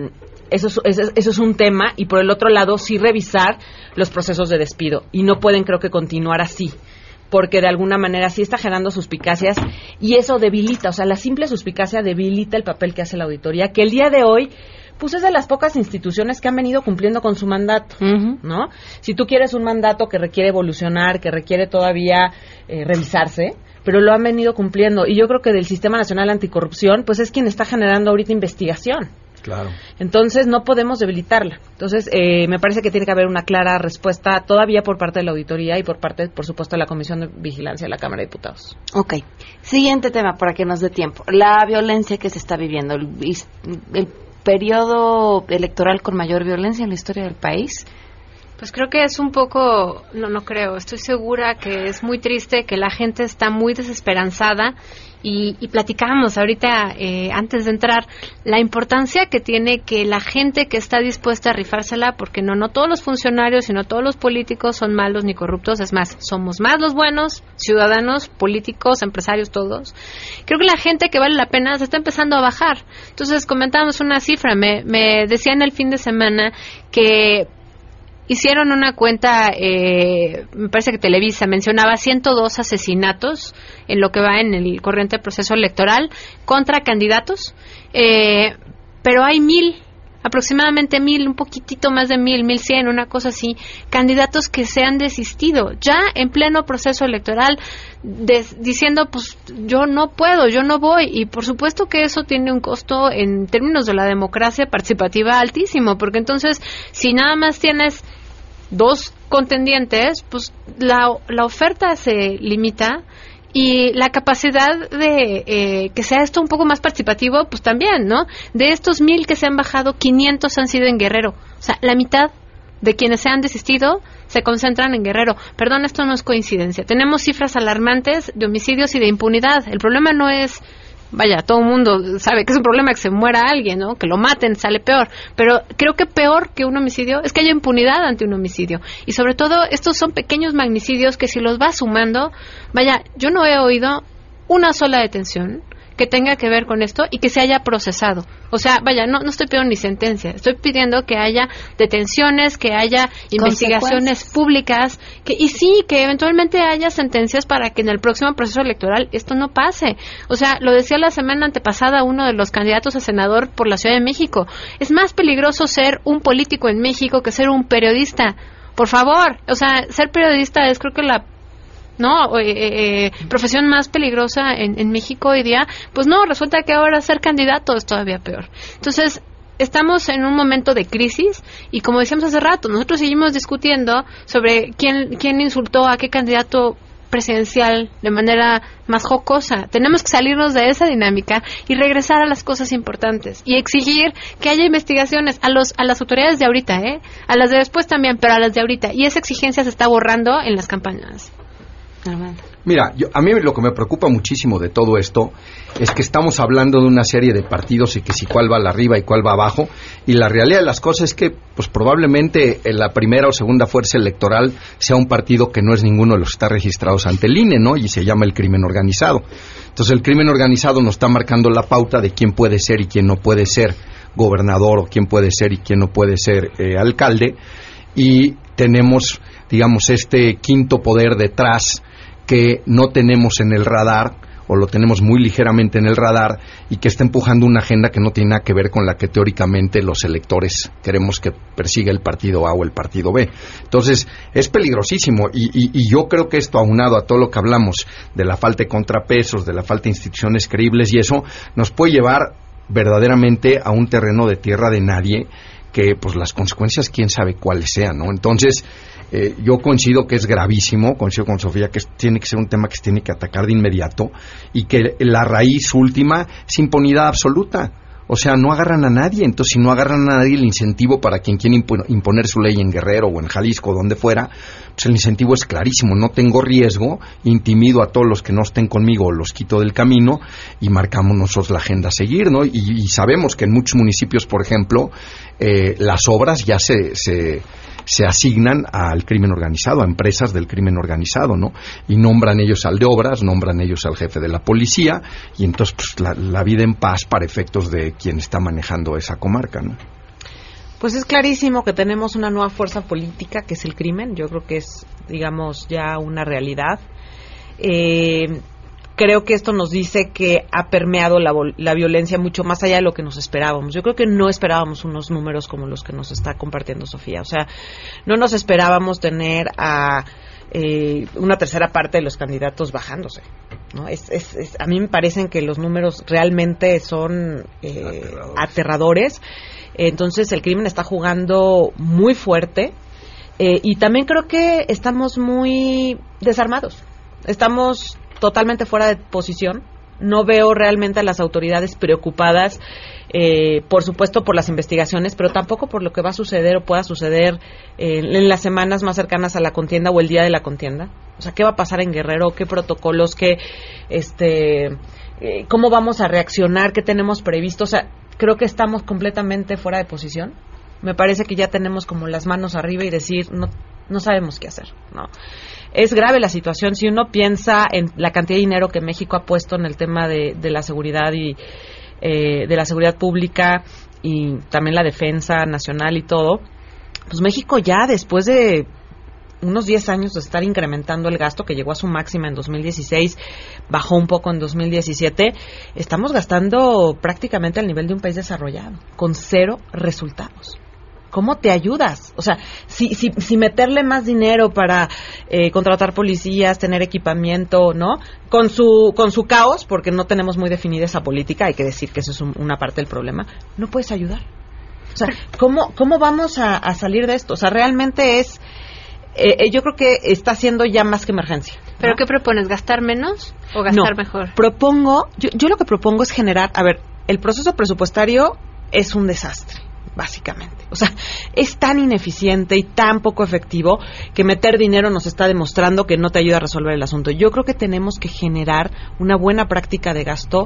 eso es, eso, eso es un tema, y por el otro lado sí revisar los procesos de despido, y no pueden, creo que, continuar así, porque de alguna manera sí está generando suspicacias, y eso debilita, o sea, la simple suspicacia debilita el papel que hace la auditoría, que el día de hoy pues es de las pocas instituciones que han venido cumpliendo con su mandato, uh-huh. ¿no? Si tú quieres un mandato que requiere evolucionar, que requiere todavía eh, revisarse, pero lo han venido cumpliendo, y yo creo que del Sistema Nacional Anticorrupción, pues es quien está generando ahorita investigación. Claro. Entonces no podemos debilitarla. Entonces eh, me parece que tiene que haber una clara respuesta todavía por parte de la auditoría y por parte, por supuesto, de la Comisión de Vigilancia de la Cámara de Diputados. Ok. Siguiente tema, para que nos dé tiempo. La violencia que se está viviendo, el, el periodo electoral con mayor violencia en la historia del país. Pues creo que es un poco, no, no creo, estoy segura que es muy triste, que la gente está muy desesperanzada, y, y platicábamos ahorita, eh, antes de entrar, la importancia que tiene que la gente que está dispuesta a rifársela, porque no, no todos los funcionarios y no todos los políticos son malos ni corruptos, es más, somos más los buenos, ciudadanos, políticos, empresarios, todos. Creo que la gente que vale la pena se está empezando a bajar. Entonces comentábamos una cifra, me, me decían el fin de semana que hicieron una cuenta, eh, me parece que Televisa mencionaba ciento dos asesinatos en lo que va en el corriente proceso electoral contra candidatos, eh, pero hay mil, aproximadamente mil, un poquitito más de mil, mil cien, una cosa así, candidatos que se han desistido ya en pleno proceso electoral, de, diciendo, pues yo no puedo, yo no voy, y por supuesto que eso tiene un costo en términos de la democracia participativa altísimo, porque entonces si nada más tienes dos contendientes, pues la, la oferta se limita, y la capacidad de eh, que sea esto un poco más participativo, pues también, ¿no? De estos mil que se han bajado, quinientos han sido en Guerrero. O sea, la mitad de quienes se han desistido se concentran en Guerrero. Perdón, esto no es coincidencia. Tenemos cifras alarmantes de homicidios y de impunidad. El problema no es, vaya, todo el mundo sabe que es un problema que se muera alguien, ¿no? Que lo maten, sale peor. Pero creo que peor que un homicidio es que haya impunidad ante un homicidio. Y sobre todo, estos son pequeños magnicidios que si los vas sumando, vaya, yo no he oído una sola detención que tenga que ver con esto y que se haya procesado. O sea, vaya, no, no estoy pidiendo ni sentencia, estoy pidiendo que haya detenciones, que haya investigaciones públicas, que y sí, que eventualmente haya sentencias para que en el próximo proceso electoral esto no pase. O sea, lo decía la semana antepasada uno de los candidatos a senador por la Ciudad de México, es más peligroso ser un político en México que ser un periodista. Por favor, o sea, ser periodista es creo que la no eh, eh, profesión más peligrosa en, en México hoy día. Pues no, resulta que ahora ser candidato es todavía peor. Entonces estamos en un momento de crisis, y como decíamos hace rato, nosotros seguimos discutiendo sobre quién quién insultó a qué candidato presidencial de manera más jocosa. Tenemos que salirnos de esa dinámica y regresar a las cosas importantes y exigir que haya investigaciones a los a las autoridades de ahorita, eh, a las de después también, pero a las de ahorita, y esa exigencia se está borrando en las campañas. Mira, yo, a mí lo que me preocupa muchísimo de todo esto es que estamos hablando de una serie de partidos y que si cuál va a la arriba y cuál va abajo, y la realidad de las cosas es que pues probablemente en la primera o segunda fuerza electoral sea un partido que no es ninguno de los que está registrados ante el I N E, ¿no? Y se llama el crimen organizado. Entonces el crimen organizado nos está marcando la pauta de quién puede ser y quién no puede ser gobernador, o quién puede ser y quién no puede ser eh, alcalde, y tenemos, digamos, este quinto poder detrás que no tenemos en el radar, o lo tenemos muy ligeramente en el radar, y que está empujando una agenda que no tiene nada que ver con la que teóricamente los electores queremos que persiga el partido A o el partido B. Entonces, es peligrosísimo, y, y, y yo creo que esto, aunado a todo lo que hablamos de la falta de contrapesos, de la falta de instituciones creíbles, y eso nos puede llevar verdaderamente a un terreno de tierra de nadie, que pues las consecuencias quién sabe cuáles sean, ¿no? Entonces, eh, yo coincido que es gravísimo, coincido con Sofía que es, tiene que ser un tema que se tiene que atacar de inmediato, y que la raíz última es impunidad absoluta. O sea, no agarran a nadie. Entonces, si no agarran a nadie, el incentivo para quien quiere imponer su ley en Guerrero o en Jalisco o donde fuera, pues el incentivo es clarísimo. No tengo riesgo, intimido a todos los que no estén conmigo, los quito del camino y marcamos nosotros la agenda a seguir, ¿no? Y, y sabemos que en muchos municipios, por ejemplo, eh, las obras ya se... se se asignan al crimen organizado, a empresas del crimen organizado, ¿no? Y nombran ellos al de obras, nombran ellos al jefe de la policía, y entonces pues la, la vida en paz para efectos de quien está manejando esa comarca, ¿no? Pues es clarísimo que tenemos una nueva fuerza política, que es el crimen. Yo creo que es, digamos, ya una realidad. Eh, creo que esto nos dice que ha permeado la, la violencia mucho más allá de lo que nos esperábamos. Yo creo que no esperábamos unos números como los que nos está compartiendo Sofía. O sea, no nos esperábamos tener a eh, una tercera parte de los candidatos bajándose, ¿no? Es, es, es, a mí me parecen que los números realmente son eh, aterradores. aterradores. Entonces el crimen está jugando muy fuerte eh, y también creo que estamos muy desarmados. Estamos totalmente fuera de posición. No veo realmente a las autoridades preocupadas, eh, por supuesto por las investigaciones, pero tampoco por lo que va a suceder o pueda suceder eh, en las semanas más cercanas a la contienda o el día de la contienda. O sea, ¿qué va a pasar en Guerrero? ¿Qué protocolos? ¿Qué, este, eh, cómo vamos a reaccionar? ¿Qué tenemos previsto? O sea, creo que estamos completamente fuera de posición. Me parece que ya tenemos como las manos arriba y decir, no, no sabemos qué hacer, ¿no? Es grave la situación. Si uno piensa en la cantidad de dinero que México ha puesto en el tema de, de la seguridad y eh, de la seguridad pública y también la defensa nacional y todo, pues México ya después de unos diez años de estar incrementando el gasto, que llegó a su máxima en dos mil dieciséis, bajó un poco en dos mil diecisiete, estamos gastando prácticamente al nivel de un país desarrollado, con cero resultados. ¿Cómo te ayudas? O sea, si, si, si meterle más dinero para eh, contratar policías, tener equipamiento, ¿no? Con su, con su caos, porque no tenemos muy definida esa política, hay que decir que eso es un, una parte del problema, no puedes ayudar. O sea, ¿cómo, cómo vamos a, a salir de esto? O sea, realmente es, eh, yo creo que está siendo ya más que emergencia, ¿no? ¿Pero qué propones? ¿Gastar menos o gastar no, mejor? Propongo, yo, yo lo que propongo es generar, a ver, el proceso presupuestario es un desastre, básicamente. O sea, es tan ineficiente y tan poco efectivo que meter dinero nos está demostrando que no te ayuda a resolver el asunto. Yo creo que tenemos que generar una buena práctica de gasto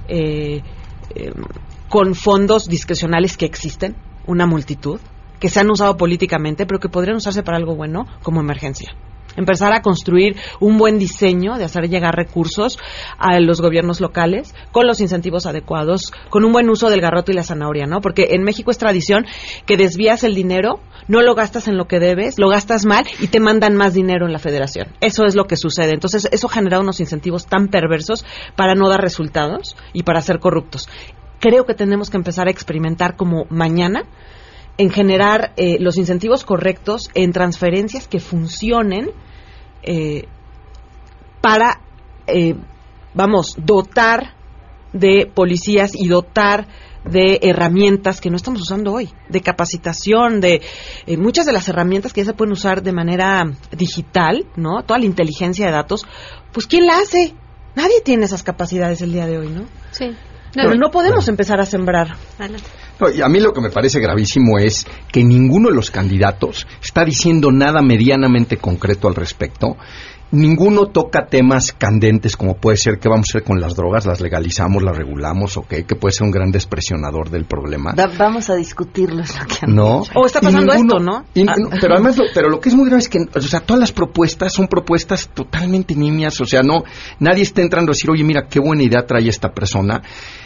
eh, eh, con fondos discrecionales que existen, una multitud, que se han usado políticamente, pero que podrían usarse para algo bueno, como emergencia. Empezar a construir un buen diseño de hacer llegar recursos a los gobiernos locales con los incentivos adecuados, con un buen uso del garrote y la zanahoria, ¿no? Porque en México es tradición que desvías el dinero, no lo gastas en lo que debes, lo gastas mal y te mandan más dinero en la federación. Eso es lo que sucede. Entonces, eso genera unos incentivos tan perversos para no dar resultados y para ser corruptos. Creo que tenemos que empezar a experimentar como mañana en generar eh, los incentivos correctos en transferencias que funcionen eh, para, eh, vamos, dotar de policías y dotar de herramientas que no estamos usando hoy, de capacitación, de eh, muchas de las herramientas que ya se pueden usar de manera digital, ¿no? Toda la inteligencia de datos, pues ¿quién la hace? Nadie tiene esas capacidades el día de hoy, ¿no? Sí. No, Pero no podemos bueno. empezar a sembrar. No, y a mí lo que me parece gravísimo es que ninguno de los candidatos está diciendo nada medianamente concreto al respecto. Ninguno toca temas candentes como puede ser qué vamos a hacer con las drogas, las legalizamos, las regulamos o qué, que puede ser un gran despresionador del problema. Da, vamos a discutirlo. Lo que no. O está pasando ninguno, esto, ¿no? Y, ah. Pero además, lo, pero lo que es muy grave es que, o sea, todas las propuestas son propuestas totalmente nimias, o sea, no, nadie está entrando a decir, oye, mira, qué buena idea trae esta persona.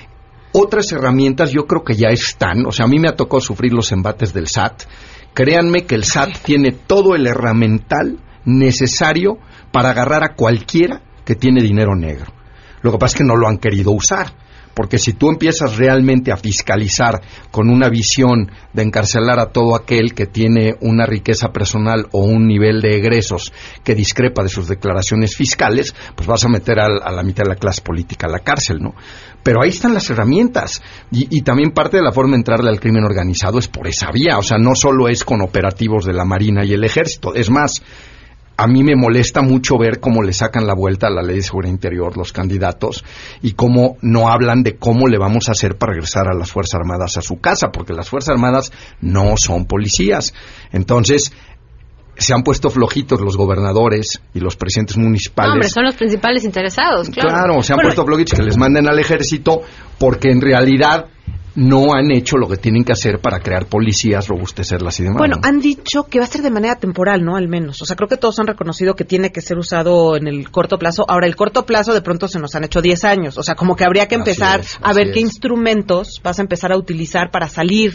Otras herramientas yo creo que ya están, o sea, a mí me ha tocado sufrir los embates del S A T. Créanme que el S A T tiene todo el herramental necesario para agarrar a cualquiera que tiene dinero negro. Lo que pasa es que no lo han querido usar, porque si tú empiezas realmente a fiscalizar con una visión de encarcelar a todo aquel que tiene una riqueza personal o un nivel de egresos que discrepa de sus declaraciones fiscales, pues vas a meter a, a la mitad de la clase política a la cárcel, ¿no? Pero ahí están las herramientas y, y también parte de la forma de entrarle al crimen organizado es por esa vía, o sea, no solo es con operativos de la Marina y el Ejército, es más, a mí me molesta mucho ver cómo le sacan la vuelta a la Ley de Seguridad Interior los candidatos y cómo no hablan de cómo le vamos a hacer para regresar a las Fuerzas Armadas a su casa, porque las Fuerzas Armadas no son policías. Entonces, se han puesto flojitos los gobernadores y los presidentes municipales. No, hombre, son los principales interesados, claro. Claro, se han bueno, puesto flojitos que les manden al ejército porque en realidad no han hecho lo que tienen que hacer para crear policías, robustecerlas y demás. Bueno, ¿no? Han dicho que va a ser de manera temporal, ¿no? Al menos. O sea, creo que todos han reconocido que tiene que ser usado en el corto plazo. Ahora, el corto plazo de pronto se nos han hecho diez años. O sea, como que habría que empezar es, a ver es. qué instrumentos vas a empezar a utilizar para salir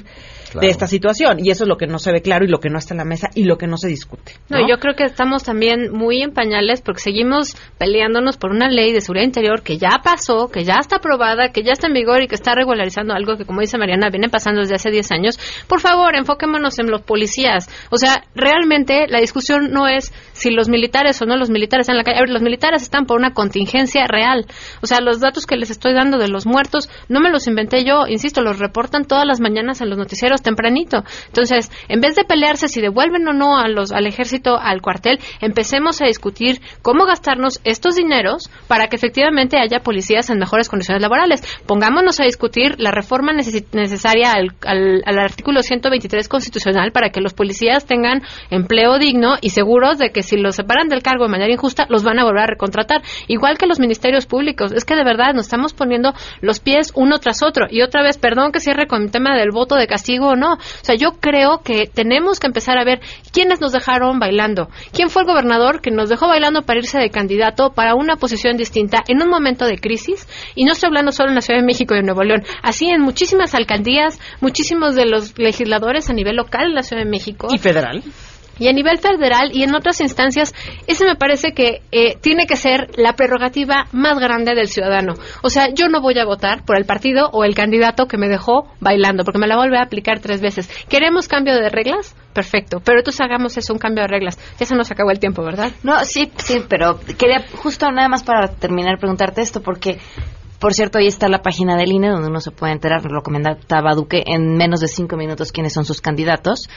claro. de esta situación. Y eso es lo que no se ve claro y lo que no está en la mesa y lo que no se discute. No, ¿no? yo creo que estamos también muy en pañales porque seguimos peleándonos por una ley de seguridad interior que ya pasó, que ya está aprobada, que ya está en vigor y que está regularizando algo que, como dice Mariana, viene pasando desde hace diez años. Por favor, enfoquémonos en los policías. O sea, realmente la discusión no es si los militares o no los militares están en la calle. A ver, los militares están por una contingencia real. O sea, los datos que les estoy dando de los muertos no me los inventé yo, insisto, los reportan todas las mañanas en los noticieros tempranito. Entonces, en vez de pelearse si devuelven o no a los, al ejército al cuartel, empecemos a discutir cómo gastarnos estos dineros para que efectivamente haya policías en mejores condiciones laborales. Pongámonos a discutir la reforma neces- necesaria al, al, al artículo ciento veintitrés constitucional para que los policías tengan empleo digno y seguros de que si los separan del cargo de manera injusta, los van a volver a recontratar. Igual que los ministerios públicos. Es que de verdad nos estamos poniendo los pies uno tras otro. Y otra vez, perdón que cierre con el tema del voto de castigo o no. O sea, yo creo que tenemos que empezar a ver quiénes nos dejaron bailando. ¿Quién fue el gobernador que nos dejó bailando para irse de candidato para una posición distinta en un momento de crisis? Y no estoy hablando solo en la Ciudad de México y en Nuevo León. Así en muchísimas alcaldías, muchísimos de los legisladores a nivel local en la Ciudad de México. ¿Y federal? Y a nivel federal y en otras instancias, ese me parece que eh, tiene que ser la prerrogativa más grande del ciudadano. O sea, yo no voy a votar por el partido o el candidato que me dejó bailando, porque me la vuelve a aplicar tres veces. ¿Queremos cambio de reglas? Perfecto, pero entonces hagamos eso, un cambio de reglas. Ya se nos acabó el tiempo, ¿verdad? No, sí, sí, pero quería justo nada más para terminar preguntarte esto, porque... Por cierto, ahí está la página del I N E donde uno se puede enterar, lo comentaba Duque, en menos de cinco minutos quiénes son sus candidatos.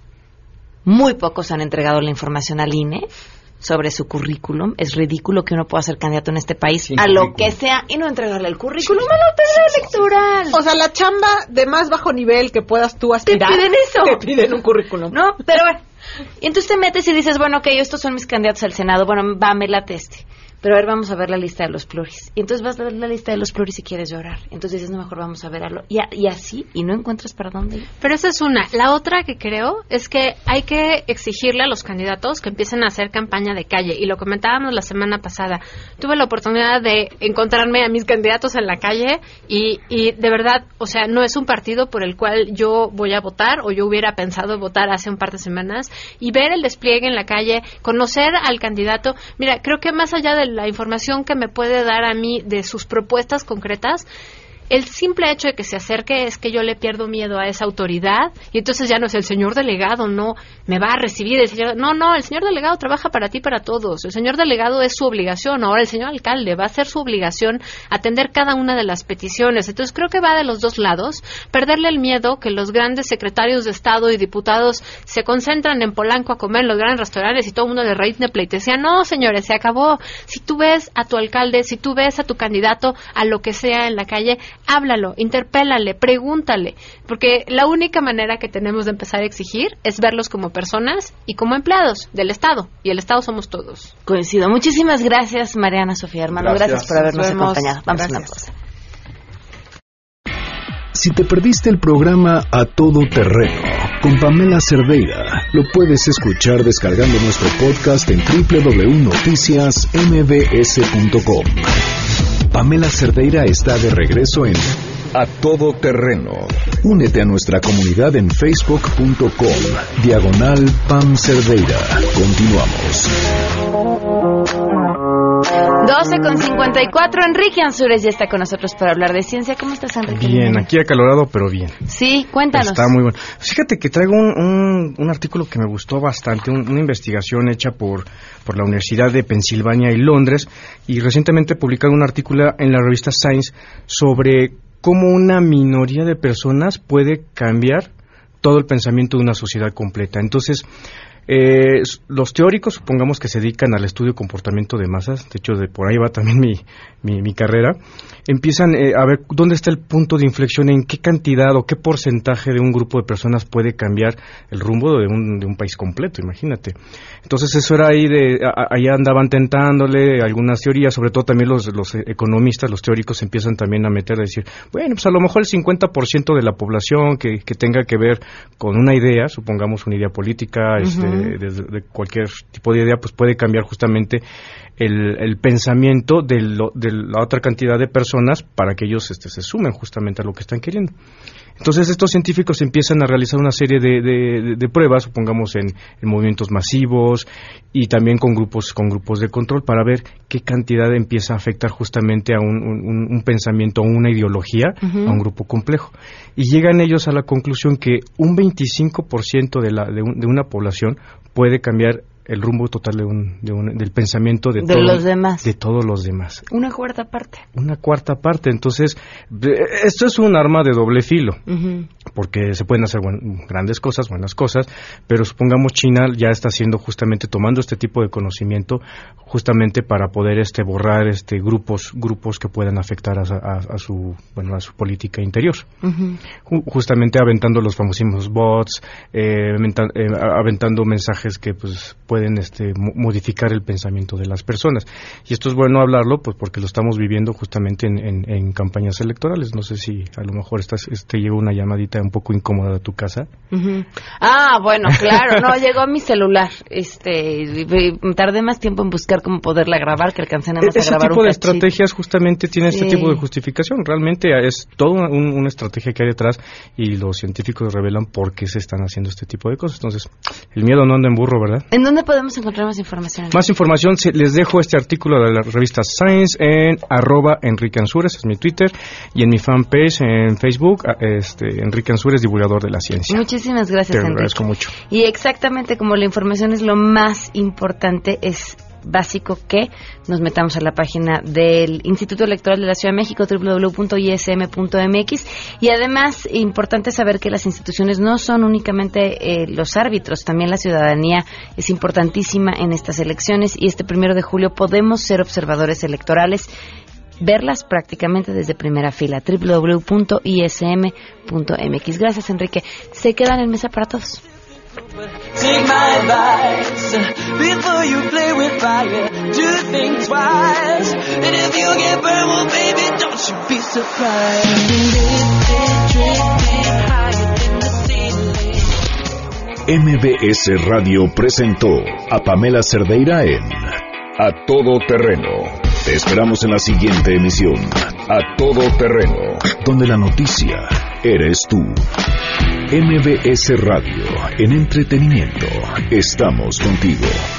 Muy pocos han entregado la información al I N E sobre su currículum. Es ridículo que uno pueda ser candidato en este país Sin a currículum. Lo que sea y no entregarle el currículum a la autoridad electoral. O sea, la chamba de más bajo nivel que puedas tú aspirar. Te piden eso. Te piden un currículum. No, pero bueno. Y entonces te metes y dices, bueno, ok, estos son mis candidatos al Senado. Bueno, va, me late este. Pero a ver, vamos a ver la lista de los pluris. Y entonces vas a ver la lista de los pluris y quieres llorar. Entonces dices, no, mejor vamos a verlo. Y, a, y así, y no encuentras para dónde ir. Pero esa es una. La otra que creo es que hay que exigirle a los candidatos que empiecen a hacer campaña de calle. Y lo comentábamos la semana pasada. Tuve la oportunidad de encontrarme a mis candidatos en la calle y, y de verdad, o sea, no es un partido por el cual yo voy a votar o yo hubiera pensado votar hace un par de semanas. Y ver el despliegue en la calle, conocer al candidato. Mira, creo que más allá del la información que me puede dar a mí de sus propuestas concretas, el simple hecho de que se acerque es que yo le pierdo miedo a esa autoridad y entonces ya no es el señor delegado, no me va a recibir el señor, no, no, el señor delegado trabaja para ti, para todos, el señor delegado es su obligación, ahora el señor alcalde va a ser su obligación atender cada una de las peticiones, entonces creo que va de los dos lados, perderle el miedo que los grandes secretarios de Estado y diputados se concentran en Polanco a comer en los grandes restaurantes y todo el mundo de raíz de pleitesía, no señores, se acabó, si tú ves a tu alcalde, si tú ves a tu candidato, a lo que sea en la calle, háblalo, interpélale, pregúntale, porque la única manera que tenemos de empezar a exigir es verlos como personas y como empleados del Estado, y el Estado somos todos. Coincido. Muchísimas gracias, Mariana Sofía Hermano. Gracias, gracias por habernos acompañado. Vamos gracias. A una pausa. Si te perdiste el programa A Todo Terreno con Pamela Cerdeira, lo puedes escuchar descargando nuestro podcast en doble u doble u doble u punto noticias m b s punto com. Pamela Cerdeira está de regreso en A Todo Terreno. Únete a nuestra comunidad en facebook punto com diagonal Pam Cerdeira. Continuamos. doce con cincuenta y cuatro. Enrique Ansúrez ya está con nosotros para hablar de ciencia. ¿Cómo estás, Enrique? Bien, aquí acalorado, pero bien. Sí, cuéntanos. Está muy bueno. Fíjate que traigo un, un, un artículo que me gustó bastante, un, una investigación hecha por, por la Universidad de Pensilvania y Londres, y recientemente publicaron un artículo en la revista Science sobre cómo una minoría de personas puede cambiar todo el pensamiento de una sociedad completa. Entonces, Eh, los teóricos, supongamos que se dedican al estudio de comportamiento de masas, de hecho de por ahí va también mi, mi, mi carrera, empiezan eh, a ver dónde está el punto de inflexión, en qué cantidad o qué porcentaje de un grupo de personas puede cambiar el rumbo de un, de un país completo, imagínate. Entonces eso era ahí de, a, allá andaban tentándole algunas teorías, sobre todo también los, los economistas, los teóricos empiezan también a meter, a decir, bueno, pues a lo mejor el cincuenta por ciento de la población que, que tenga que ver con una idea, supongamos una idea política, uh-huh. este uh-huh. de, de cualquier tipo de idea, pues puede cambiar justamente el, el pensamiento de, lo, de la otra cantidad de personas para que ellos este, se sumen justamente a lo que están queriendo. Entonces estos científicos empiezan a realizar una serie de, de, de pruebas, supongamos en, en movimientos masivos y también con grupos con grupos de control para ver qué cantidad empieza a afectar justamente a un, un, un pensamiento, a una ideología, uh-huh. a un grupo complejo. Y llegan ellos a la conclusión que un veinticinco por ciento de, la, de, un, de una población puede cambiar el rumbo total de un, de un, del pensamiento de, de todo, los demás. De todos los demás. Una cuarta parte. Una cuarta parte. Entonces, esto es un arma de doble filo, uh-huh. porque se pueden hacer buen, grandes cosas, buenas cosas, pero supongamos China ya está haciendo justamente, tomando este tipo de conocimiento, justamente para poder este borrar este grupos grupos que puedan afectar a, a, a su bueno a su política interior. Uh-huh. Justamente aventando los famosísimos bots, eh, aventando, eh, aventando mensajes que pues pueden este, modificar el pensamiento de las personas. Y esto es bueno hablarlo, pues porque lo estamos viviendo justamente en, en, en campañas electorales. No sé si a lo mejor estás, este, llegó una llamadita un poco incómoda a tu casa. Uh-huh. Ah, bueno, claro, no, llegó a mi celular. Este, tardé más tiempo en buscar cómo poderla grabar que alcancé nada más Ese a grabar tipo un de cachito. estrategias justamente tiene sí. este tipo de justificación. Realmente es toda un, una estrategia que hay detrás y los científicos revelan por qué se están haciendo este tipo de cosas. Entonces, el miedo no anda en burro, ¿verdad? ¿En dónde podemos encontrar más información? Más información, les dejo este artículo de la revista Science en arroba Enrique Ansúrez, es mi Twitter, y en mi fanpage en Facebook, este, Enrique Ansúrez, divulgador de la ciencia. Muchísimas gracias, Te Enrique. Te agradezco mucho. Y exactamente como la información es lo más importante, es básico que nos metamos a la página del Instituto Electoral de la Ciudad de México, doble u doble u doble u punto i s m punto m x, y además importante saber que las instituciones no son únicamente eh, los árbitros, también la ciudadanía es importantísima en estas elecciones y este primero de julio podemos ser observadores electorales, verlas prácticamente desde primera fila, doble u doble u doble u punto i s m punto m x. Gracias, Enrique. Se quedan en mesa para todos. Take my advice before you play with fire. Do think twice, and if you get burned, well, baby, don't you be surprised. M B S Radio presentó a Pamela Cerdeira en A Todo Terreno. Te esperamos en la siguiente emisión, A Todo Terreno, donde la noticia eres tú. M B S Radio, en entretenimiento, estamos contigo.